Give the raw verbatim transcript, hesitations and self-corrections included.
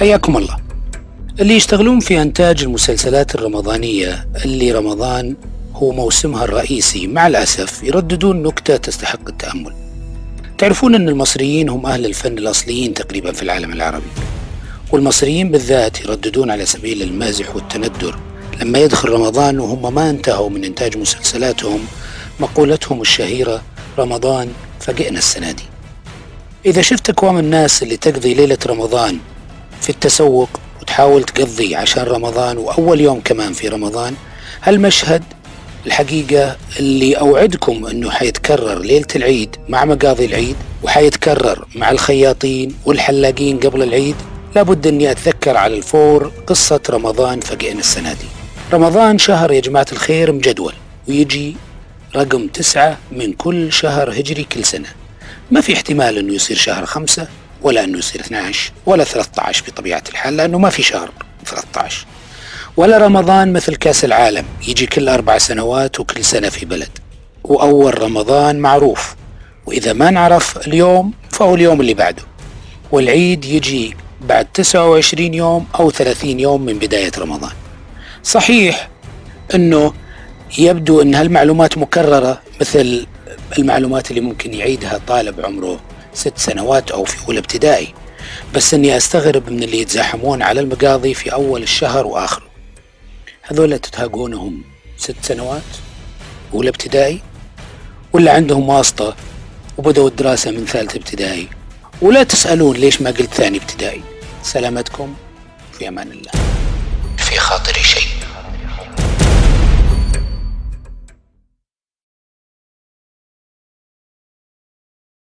حياكم الله. اللي يشتغلون في إنتاج المسلسلات الرمضانية اللي رمضان هو موسمها الرئيسي مع الأسف يرددون نكتة تستحق التأمل. تعرفون أن المصريين هم أهل الفن الأصليين تقريبا في العالم العربي، والمصريين بالذات يرددون على سبيل المازح والتندر لما يدخل رمضان وهم ما انتهوا من إنتاج مسلسلاتهم مقولتهم الشهيرة: رمضان فجئنا السنة دي. إذا شفت أكوام الناس اللي تقضي ليلة رمضان في التسوق وتحاول تقضي عشان رمضان وأول يوم كمان في رمضان، هالمشهد الحقيقة اللي أوعدكم أنه حيتكرر ليلة العيد مع مقاضي العيد، وحيتكرر مع الخياطين والحلاقين قبل العيد. لابد أني أتذكر على الفور قصة رمضان فجئنا السنة دي. رمضان شهر يا جماعة الخير مجدول، ويجي رقم تسعة من كل شهر هجري كل سنة. ما في احتمال أنه يصير شهر خمسة ولا أنه يصير اثني عشر ولا ثلاثة عشر بطبيعة الحال، لأنه ما في شهر ثلاثة عشر. ولا رمضان مثل كاس العالم يجي كل أربع سنوات وكل سنة في بلد، وأول رمضان معروف، وإذا ما نعرف اليوم فهو اليوم اللي بعده. والعيد يجي بعد تسعة وعشرين يوم أو ثلاثين يوم من بداية رمضان. صحيح أنه يبدو أن هالمعلومات مكررة مثل المعلومات اللي ممكن يعيدها طالب عمره ست سنوات أو في أولى ابتدائي، بس أني أستغرب من اللي يتزاحمون على المقاضي في أول الشهر وآخره. هذول تتهاقونهم ست سنوات أولى ابتدائي، ولا عندهم واسطة وبدأوا الدراسة من ثالث ابتدائي؟ ولا تسألون ليش ما قلت ثاني ابتدائي. سلامتكم، في أمان الله. في خاطري شيء.